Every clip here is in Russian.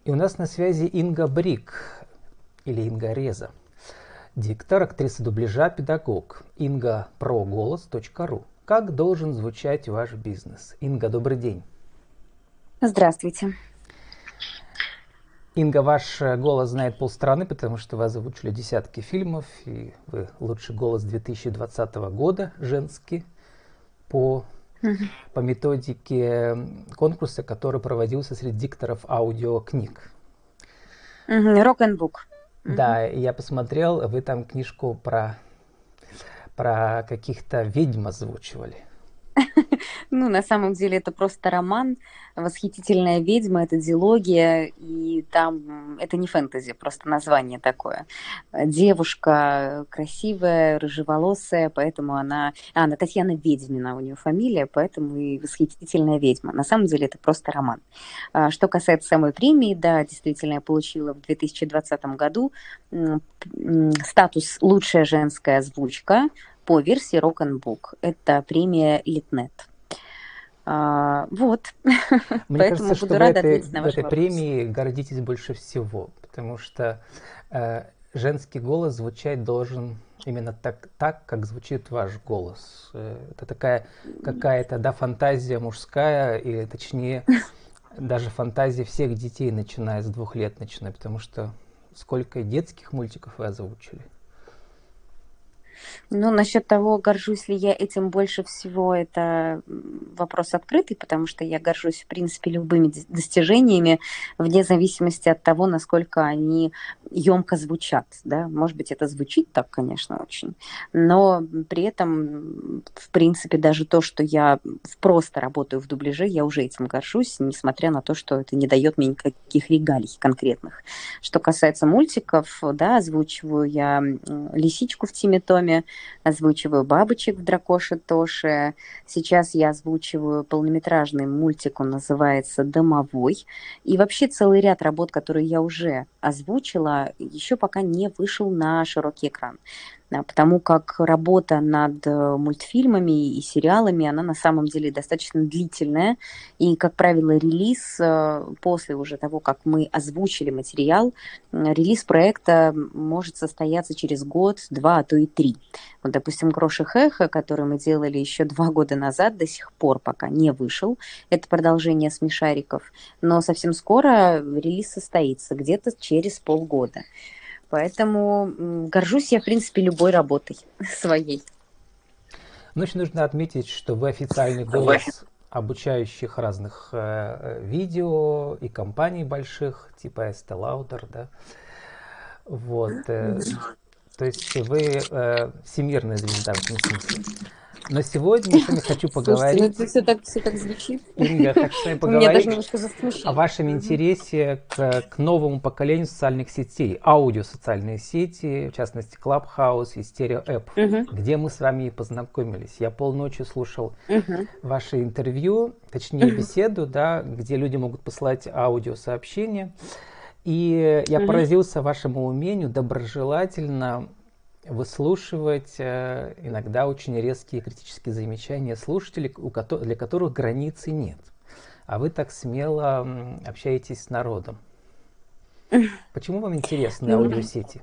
И у нас на связи Инга Брик, или Инга Реза, диктор, актриса дубляжа, педагог. Инга про голос.ру. Как должен звучать ваш бизнес? Инга, добрый день. Здравствуйте. Инга, ваш голос знает полстраны, потому что вы озвучили десятки фильмов, и вы лучший голос 2020 года, женский, по методике конкурса, который проводился среди дикторов аудиокниг. Rock and Book. Да, я посмотрел, вы там книжку про каких-то ведьм озвучивали. Ну, на самом деле, это просто роман «Восхитительная ведьма», это дилогия, и там это не фэнтези, просто название такое. Девушка красивая, рыжеволосая, поэтому она Татьяна Ведьмина у нее фамилия, поэтому и «Восхитительная ведьма». На самом деле, это просто роман. Что касается самой премии, да, действительно, я получила в 2020 году статус «Лучшая женская озвучка» по версии Rock and Book. Это премия Литнет. Вот. Мне Поэтому кажется, что буду вы рада ответить на в ваш этой вопрос. премии гордитесь больше всего, потому что женский голос звучать должен именно так, как звучит ваш голос. Это такая какая-то, да, фантазия мужская, или точнее, даже фантазия всех детей, начиная с 2 лет, потому что сколько детских мультиков вы озвучили? Ну, насчет того, горжусь ли я этим больше всего, это вопрос открытый, потому что я горжусь, в принципе, любыми достижениями, вне зависимости от того, насколько они емко звучат. Да? Может быть, это звучит так, конечно, очень, но при этом, в принципе, даже то, что я просто работаю в дубляже, я уже этим горжусь, несмотря на то, что это не дает мне никаких регалий конкретных. Что касается мультиков, да, озвучиваю я Лисичку в Тиме Томе, озвучиваю бабочек в Дракоше Тоше. Сейчас я озвучиваю полнометражный мультик, он называется «Домовой». И вообще целый ряд работ, которые я уже озвучила, еще пока не вышел на широкий экран. Потому как работа над мультфильмами и сериалами, она на самом деле достаточно длительная. И, как правило, релиз после уже того, как мы озвучили материал, релиз проекта может состояться через год, 2, а то и 3. Вот, допустим, «Кроших эхо», который мы делали еще 2 года назад, до сих пор пока не вышел. Это продолжение «Смешариков». Но совсем скоро релиз состоится, где-то через полгода. Поэтому горжусь я, в принципе, любой работой своей. Ну, еще нужно отметить, что вы официальный голос обучающих разных видео и компаний больших, типа Estee Lauder, да. Вот. То есть вы всемирная звезда в этом смысле. Но сегодня я с вами хочу Слушайте, ну поговорить, это все так звучит. Инга, хочу с вами Вы меня даже поговорить немножко о засмущили. вашем интересе к новому поколению социальных сетей, аудиосоциальные сети, в частности Clubhouse и Stereo App, где мы с вами и познакомились. Я полночи слушал ваше интервью, точнее беседу, да, где люди могут посылать аудиосообщения. И я поразился вашему умению доброжелательно выслушивать иногда очень резкие критические замечания слушателей, для которых границы нет. А вы так смело общаетесь с народом. Почему вам интересны аудиосети?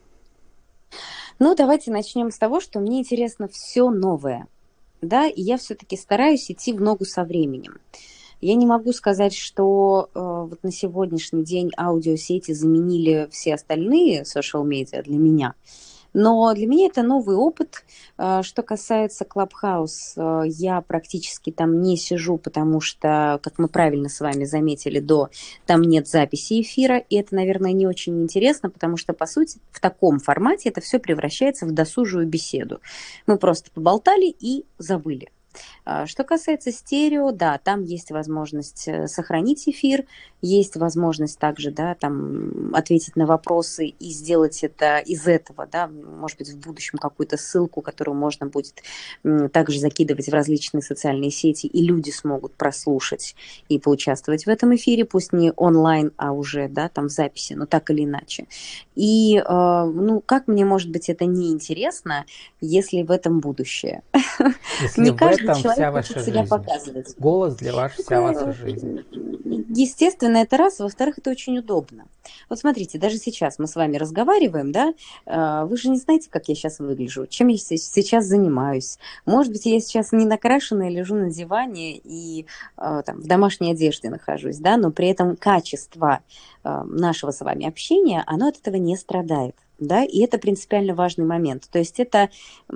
Ну, давайте начнем с того, что мне интересно все новое. Да, и я все-таки стараюсь идти в ногу со временем. Я не могу сказать, что вот на сегодняшний день аудиосети заменили все остальные social-медиа для меня. Но для меня это новый опыт. Что касается Clubhouse, я практически там не сижу, потому что, как мы правильно с вами заметили, там нет записи эфира, и это, наверное, не очень интересно, потому что, по сути, в таком формате это все превращается в досужую беседу. Мы просто поболтали и забыли. Что касается стерео, да, там есть возможность сохранить эфир, есть возможность также, да, там ответить на вопросы и сделать это из этого, да, может быть, в будущем какую-то ссылку, которую можно будет также закидывать в различные социальные сети, и люди смогут прослушать и поучаствовать в этом эфире, пусть не онлайн, а уже, да, там в записи, но так или иначе. И, ну, как мне, может быть, это неинтересно, если в этом будущее? Если Не в каждый этом вся человек хочет ваша себя жизнь. показывать. Голос для вас вся ваша Только, жизнь. естественно, это раз. Во-вторых, это очень удобно. Вот смотрите, даже сейчас мы с вами разговариваем, да, вы же не знаете, как я сейчас выгляжу, чем я сейчас занимаюсь. Может быть, я сейчас не накрашенная, лежу на диване и там, в домашней одежде нахожусь, да, но при этом качество нашего с вами общения, оно от этого не страдает, да, и это принципиально важный момент. То есть это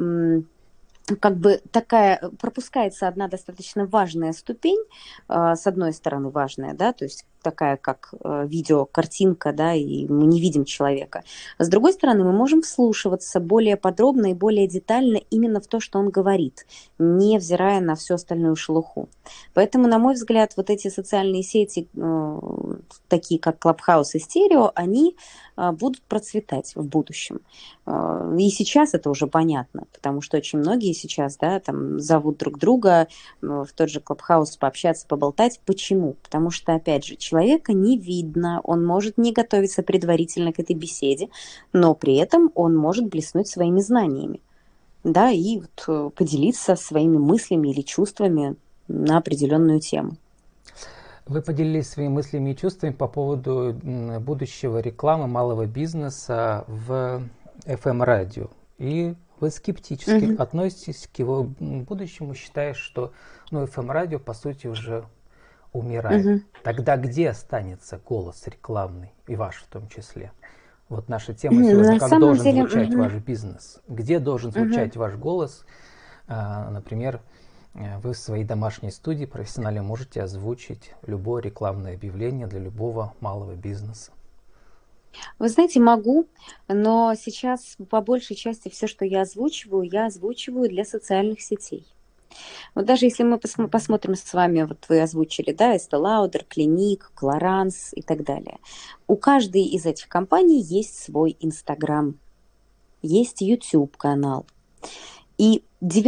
как бы такая, пропускается одна достаточно важная ступень, с одной стороны важная, да, то есть такая как видео, картинка, да, и мы не видим человека. А с другой стороны, мы можем вслушиваться более подробно и более детально именно в то, что он говорит, невзирая на всю остальную шелуху. Поэтому, на мой взгляд, вот эти социальные сети, такие как Clubhouse и Stereo, они будут процветать в будущем. И сейчас это уже понятно, потому что очень многие сейчас, да, там зовут друг друга в тот же Clubhouse пообщаться, поболтать. Почему? Потому что, опять же, человека не видно, он может не готовиться предварительно к этой беседе, но при этом он может блеснуть своими знаниями, да, и вот поделиться своими мыслями или чувствами на определенную тему. Вы поделились своими мыслями и чувствами по поводу будущего рекламы малого бизнеса в FM-радио. И вы скептически относитесь к его будущему, считая, что FM-радио, по сути, уже умирает. Тогда где останется голос рекламный, и ваш в том числе? Вот наша тема сегодня, как должен звучать ваш бизнес. Где должен звучать ваш голос? Например, вы в своей домашней студии профессионально можете озвучить любое рекламное объявление для любого малого бизнеса. Вы знаете, могу, но сейчас по большей части все, что я озвучиваю для социальных сетей. Вот даже если мы посмотрим с вами, вот вы озвучили, да, Estée Lauder, Clinique, Clarins и так далее. У каждой из этих компаний есть свой Инстаграм, есть YouTube-канал. И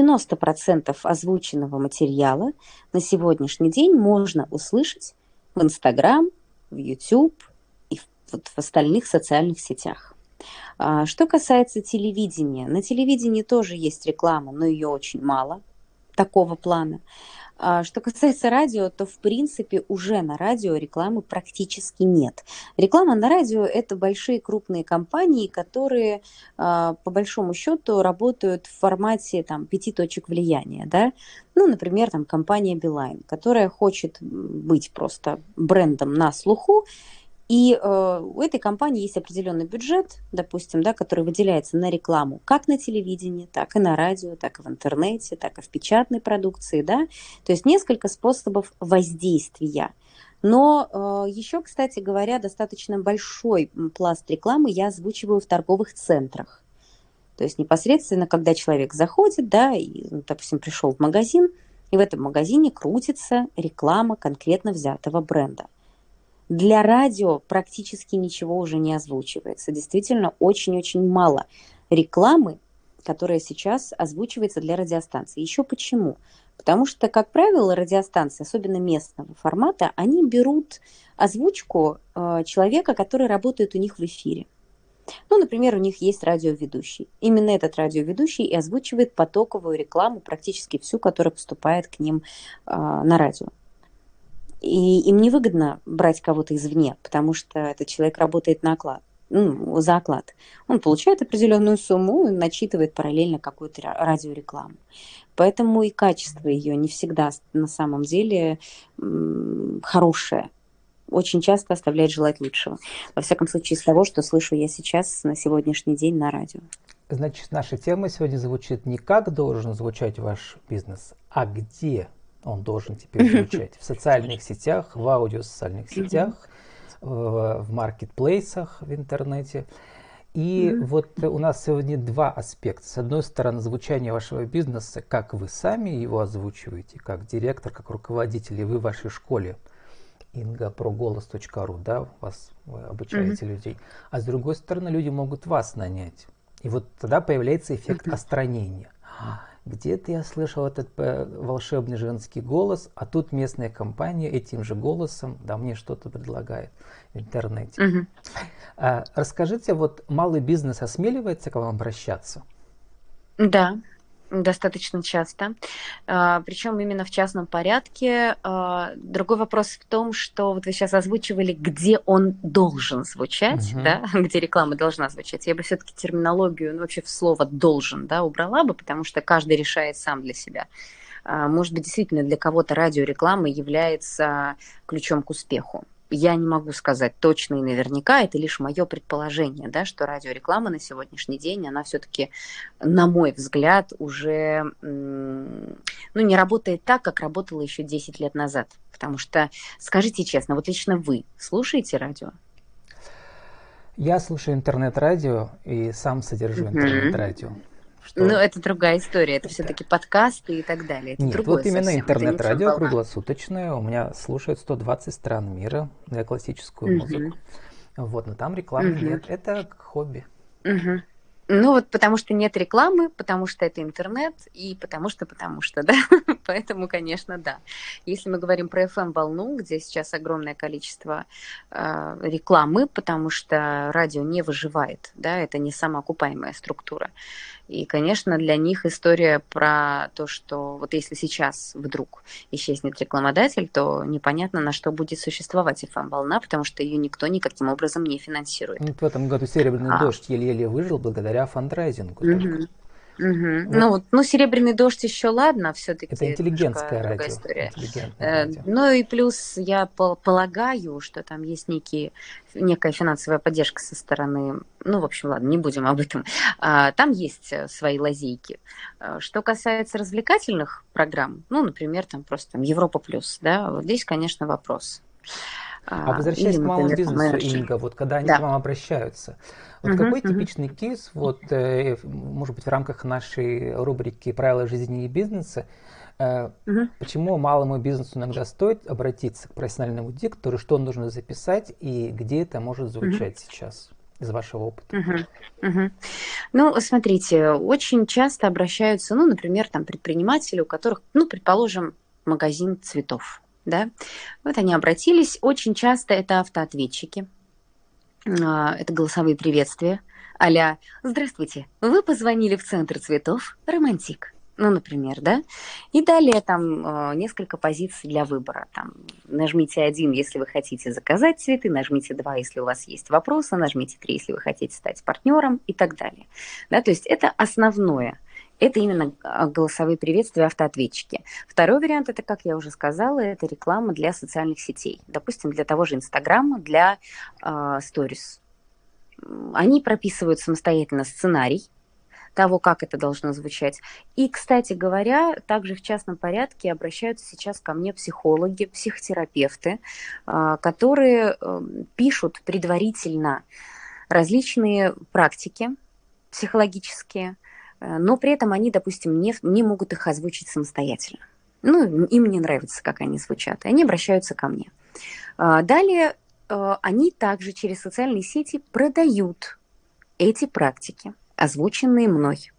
90% озвученного материала на сегодняшний день можно услышать в Инстаграм, в YouTube и в остальных социальных сетях. Что касается телевидения, на телевидении тоже есть реклама, но ее очень мало такого плана. Что касается радио, то в принципе уже на радио рекламы практически нет. Реклама на радио – это большие крупные компании, которые по большому счету работают в формате там, 5 точек влияния. Да? Ну, например, там, компания Билайн, которая хочет быть просто брендом на слуху. И у этой компании есть определенный бюджет, допустим, да, который выделяется на рекламу как на телевидении, так и на радио, так и в интернете, так и в печатной продукции. Да? То есть несколько способов воздействия. Но еще, кстати говоря, достаточно большой пласт рекламы я озвучиваю в торговых центрах. То есть непосредственно, когда человек заходит, да, и, допустим, пришел в магазин, и в этом магазине крутится реклама конкретно взятого бренда. Для радио практически ничего уже не озвучивается. Действительно, очень-очень мало рекламы, которая сейчас озвучивается для радиостанций. Еще почему? Потому что, как правило, радиостанции, особенно местного формата, они берут озвучку человека, который работает у них в эфире. Ну, например, у них есть радиоведущий. Именно этот радиоведущий и озвучивает потоковую рекламу, практически всю, которая поступает к ним на радио. И им невыгодно брать кого-то извне, потому что этот человек работает на оклад, за оклад. Он получает определенную сумму и начитывает параллельно какую-то радиорекламу. Поэтому и качество ее не всегда на самом деле хорошее. Очень часто оставляет желать лучшего. Во всяком случае, из того, что слышу я сейчас на сегодняшний день на радио. Значит, наша тема сегодня звучит не как должен звучать ваш бизнес, а где он должен теперь звучать. В социальных сетях, в аудиосоциальных сетях, в маркетплейсах в интернете. И вот у нас сегодня два аспекта. С одной стороны, звучание вашего бизнеса, как вы сами его озвучиваете, как директор, как руководитель, и вы в вашей школе ingaprogolos.ru, да, вы обучаете людей. А с другой стороны, люди могут вас нанять. И вот тогда появляется эффект отстранения. Где-то я слышал этот волшебный женский голос, а тут местная компания этим же голосом, да, мне что-то предлагает в интернете. Расскажите, вот малый бизнес осмеливается к вам обращаться? Да, Достаточно часто. Причем именно в частном порядке. Другой вопрос в том, что вот вы сейчас озвучивали, где он должен звучать, да, где реклама должна звучать. Я бы все-таки терминологию, ну, вообще в слово «должен», да, убрала бы, потому что каждый решает сам для себя. Может быть, действительно для кого-то радиореклама является ключом к успеху. Я не могу сказать точно и наверняка, это лишь мое предположение, да, что радиореклама на сегодняшний день, она все-таки, на мой взгляд, уже не работает так, как работала еще 10 лет назад. Потому что, скажите честно, вот лично вы слушаете радио? Я слушаю интернет-радио и сам содержу интернет-радио. Ну, это другая история, это все-таки подкасты и так далее. Это Нет, другое вот именно совсем. интернет-радио круглосуточное. У меня слушают 120 стран мира для классическую музыку. Вот, но там рекламы нет. Это хобби. Ну вот потому что нет рекламы, потому что это интернет и потому что, да. Поэтому, конечно, да. Если мы говорим про FM-волну, где сейчас огромное количество рекламы, потому что радио не выживает, да, это не самоокупаемая структура. И, конечно, для них история про то, что вот если сейчас вдруг исчезнет рекламодатель, то непонятно, на что будет существовать FM-волна, потому что ее никто никаким образом не финансирует. В этом году «Серебряный дождь» еле-еле выжил благодаря фандрайзингу только. Вот. Ну, «Серебряный дождь» еще ладно, все-таки это интеллигентское радио. История. Радио. Ну и плюс я полагаю, что там есть некая финансовая поддержка со стороны, ну, в общем, ладно, не будем об этом. Там есть свои лазейки. Что касается развлекательных программ, ну, например, там просто Европа плюс, да, вот здесь, конечно, вопрос. Возвращаясь к малому бизнесу, Инга, вот когда они к вам обращаются, вот какой типичный кейс, вот, может быть, в рамках нашей рубрики «Правила жизни и бизнеса», почему малому бизнесу иногда стоит обратиться к профессиональному диктору, что нужно записать и где это может звучать сейчас из вашего опыта? Ну, смотрите, очень часто обращаются, ну, например, там предприниматели, у которых, ну, предположим, магазин цветов. Да? Вот они обратились. Очень часто это автоответчики, это голосовые приветствия а-ля «Здравствуйте, вы позвонили в Центр цветов Романтик». Ну, например, да? И далее там несколько позиций для выбора. Там, нажмите 1, если вы хотите заказать цветы, нажмите 2, если у вас есть вопросы, нажмите 3, если вы хотите стать партнером и так далее. Да? То есть это основное. Это именно голосовые приветствия, автоответчики. Второй вариант, это, как я уже сказала, это реклама для социальных сетей. Допустим, для того же Инстаграма, для сторис. Они прописывают самостоятельно сценарий того, как это должно звучать. И, кстати говоря, также в частном порядке обращаются сейчас ко мне психологи, психотерапевты, которые пишут предварительно различные практики психологические, но при этом они, допустим, не могут их озвучить самостоятельно. Ну, им не нравится, как они звучат, и они обращаются ко мне. Далее они также через социальные сети продают эти практики, озвученные мной.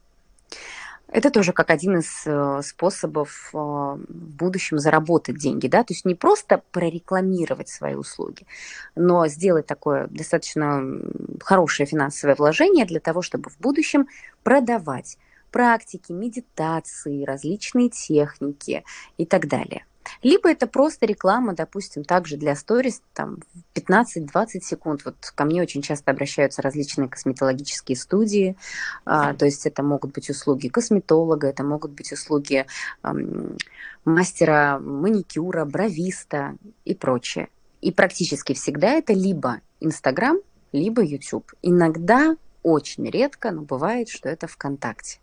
Это тоже как один из способов в будущем заработать деньги, да, то есть не просто прорекламировать свои услуги, но сделать такое достаточно хорошее финансовое вложение для того, чтобы в будущем продавать практики, медитации, различные техники и так далее. Либо это просто реклама, допустим, также для сторис, там, 15-20 секунд. Вот ко мне очень часто обращаются различные косметологические студии, то есть это могут быть услуги косметолога, это могут быть услуги мастера маникюра, бровиста и прочее. И практически всегда это либо Инстаграм, либо YouTube. Иногда, очень редко, но бывает, что это ВКонтакте.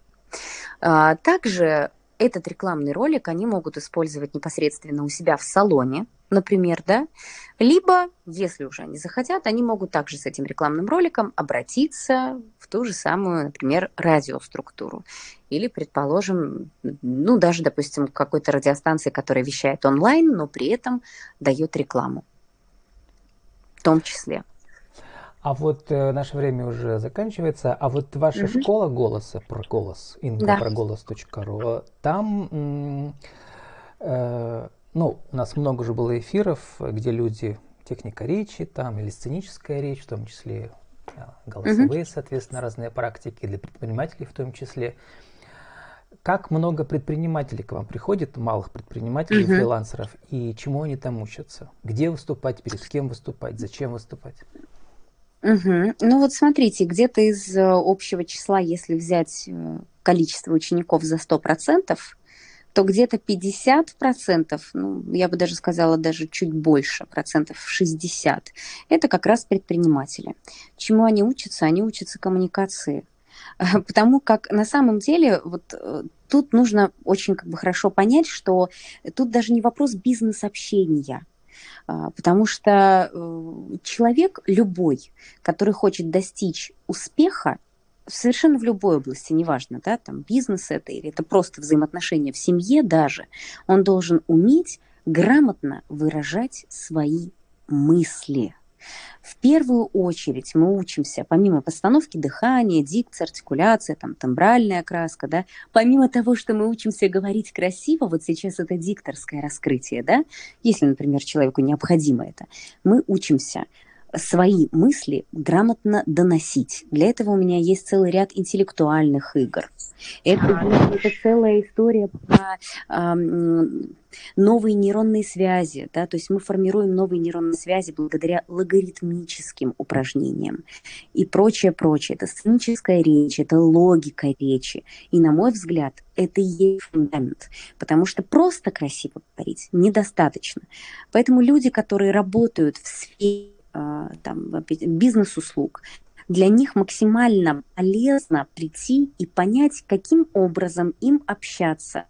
Также этот рекламный ролик они могут использовать непосредственно у себя в салоне, например, да, либо, если уже они захотят, они могут также с этим рекламным роликом обратиться в ту же самую, например, радиоструктуру. Или, предположим, ну, даже, допустим, какой-то радиостанции, которая вещает онлайн, но при этом дает рекламу в том числе. А вот наше время уже заканчивается. А вот ваша школа голоса про голос, ingaproголос.ru, там, ну, у нас много уже было эфиров, где люди, техника речи там, или сценическая речь, в том числе голосовые, соответственно, разные практики для предпринимателей в том числе. как много предпринимателей к вам приходит, малых предпринимателей, фрилансеров, и чему они там учатся? Где выступать, перед кем выступать, зачем выступать? Ну вот смотрите, где-то из общего числа, если взять количество учеников за 100%, то где-то 50%, ну, я бы даже сказала, даже чуть больше, процентов 60, это как раз предприниматели. Чему они учатся? Они учатся коммуникации. Потому как на самом деле вот тут нужно очень как бы хорошо понять, что тут даже не вопрос бизнес-общения, потому что человек любой, который хочет достичь успеха, совершенно в любой области, неважно, да, там бизнес это или это просто взаимоотношения в семье даже, он должен уметь грамотно выражать свои мысли. В первую очередь мы учимся, помимо постановки дыхания, дикции, артикуляции, там, тембральная окраска, да, помимо того, что мы учимся говорить красиво, вот сейчас это дикторское раскрытие, да, если, например, человеку необходимо это, мы учимся свои мысли грамотно доносить. Для этого у меня есть целый ряд интеллектуальных игр. Это целая история про новые нейронные связи. Да? То есть мы формируем новые нейронные связи благодаря логарифмическим упражнениям и прочее, прочее. Это сценическая речь, это логика речи. И, на мой взгляд, это и есть фундамент. Потому что просто красиво говорить недостаточно. Поэтому люди, которые работают в сфере там, бизнес-услуг, для них максимально полезно прийти и понять, каким образом им общаться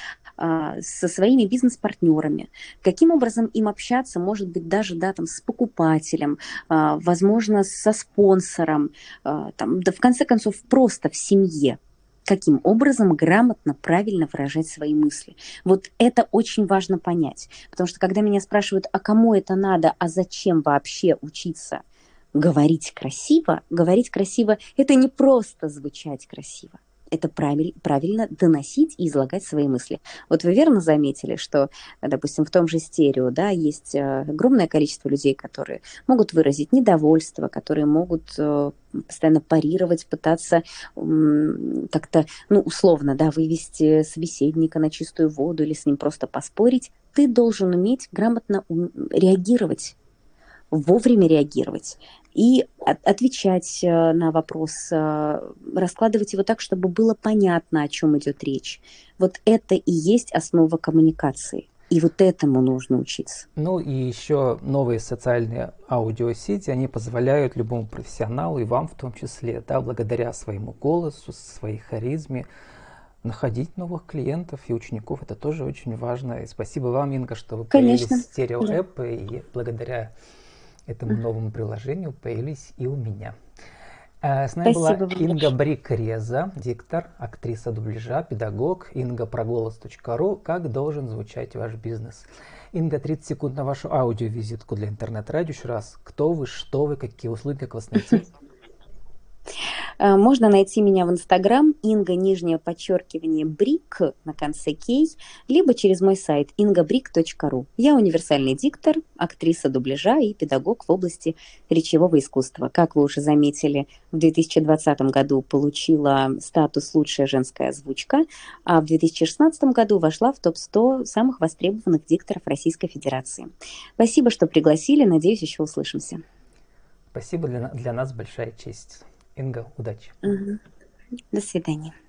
со своими бизнес-партнерами, каким образом им общаться, может быть, даже да, там, с покупателем, возможно, со спонсором, там, да, в конце концов, просто в семье. Каким образом грамотно, правильно выражать свои мысли. Вот это очень важно понять. Потому что когда меня спрашивают, а кому это надо, а зачем вообще учиться говорить красиво – это не просто звучать красиво. Это правильно доносить и излагать свои мысли. Вот вы верно заметили, что, допустим, в том же стерео, да, есть огромное количество людей, которые могут выразить недовольство, которые могут постоянно парировать, пытаться как-то, ну, условно, да, вывести собеседника на чистую воду или с ним просто поспорить. Ты должен уметь грамотно реагировать, вовремя реагировать и отвечать на вопрос, раскладывать его так, чтобы было понятно, о чем идет речь. Вот это и есть основа коммуникации. И вот этому нужно учиться. Ну и еще новые социальные аудиосети, они позволяют любому профессионалу, и вам в том числе, да, благодаря своему голосу, своей харизме, находить новых клиентов и учеников. Это тоже очень важно. И спасибо вам, Инга, что вы появились в стерео-эп, да. И благодаря этому новому приложению появились и у меня. С нами была Инга Брик-Реза, диктор, актриса дубляжа, педагог. Инга про голос.ру. Как должен звучать ваш бизнес? Инга, 30 секунд на вашу аудиовизитку для интернет-радио. Еще раз, кто вы, что вы, какие услуги, как вас найти? Можно найти меня в Инстаграм Инга_Брик на конце кей, либо через мой сайт ingabrick.ru. Я универсальный диктор, актриса дубляжа и педагог в области речевого искусства. Как вы уже заметили, в 2020 году получила статус «Лучшая женская озвучка», а в 2016 году вошла в топ-100 самых востребованных дикторов Российской Федерации. Спасибо, что пригласили. Надеюсь, еще услышимся. Спасибо, для нас большая честь. Инга, удачи. До свидания.